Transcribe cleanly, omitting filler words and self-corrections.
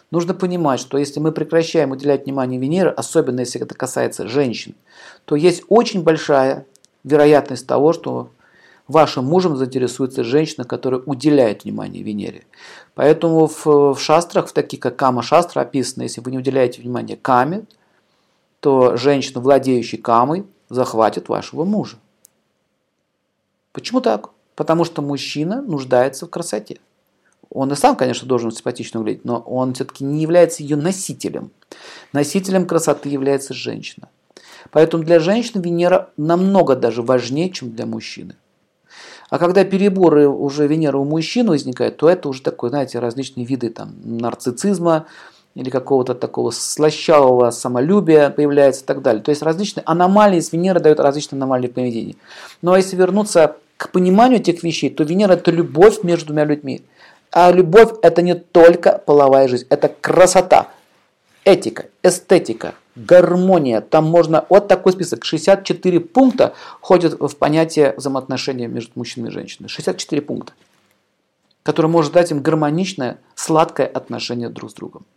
Нужно понимать, что если мы прекращаем уделять внимание Венере, особенно если это касается женщин, то есть очень большая вероятность того, что вашим мужем заинтересуется женщина, которая уделяет внимание Венере. Поэтому в шастрах, в таких как Кама-шастра описано, если вы не уделяете внимания Каме, то женщина, владеющая Камой, захватит вашего мужа. Почему так? Потому что мужчина нуждается в красоте. Он и сам, конечно, должен симпатично выглядеть, но он все-таки не является ее носителем. Носителем красоты является женщина. Поэтому для женщины Венера намного даже важнее, чем для мужчины. А когда переборы уже Венеры у мужчин возникают, то это уже такое, знаете, различные виды там, нарциссизма или какого-то такого слащавого самолюбия появляется и так далее. То есть различные аномалии с Венеры дают различные аномалии поведения. Но если вернуться к пониманию этих вещей, то Венера – это любовь между двумя людьми. А любовь – это не только половая жизнь, это красота, этика, эстетика, гармония. Там можно, вот такой список, 64 пункта входят в понятие взаимоотношения между мужчиной и женщиной. 64 пункта, которые может дать им гармоничное, сладкое отношение друг с другом.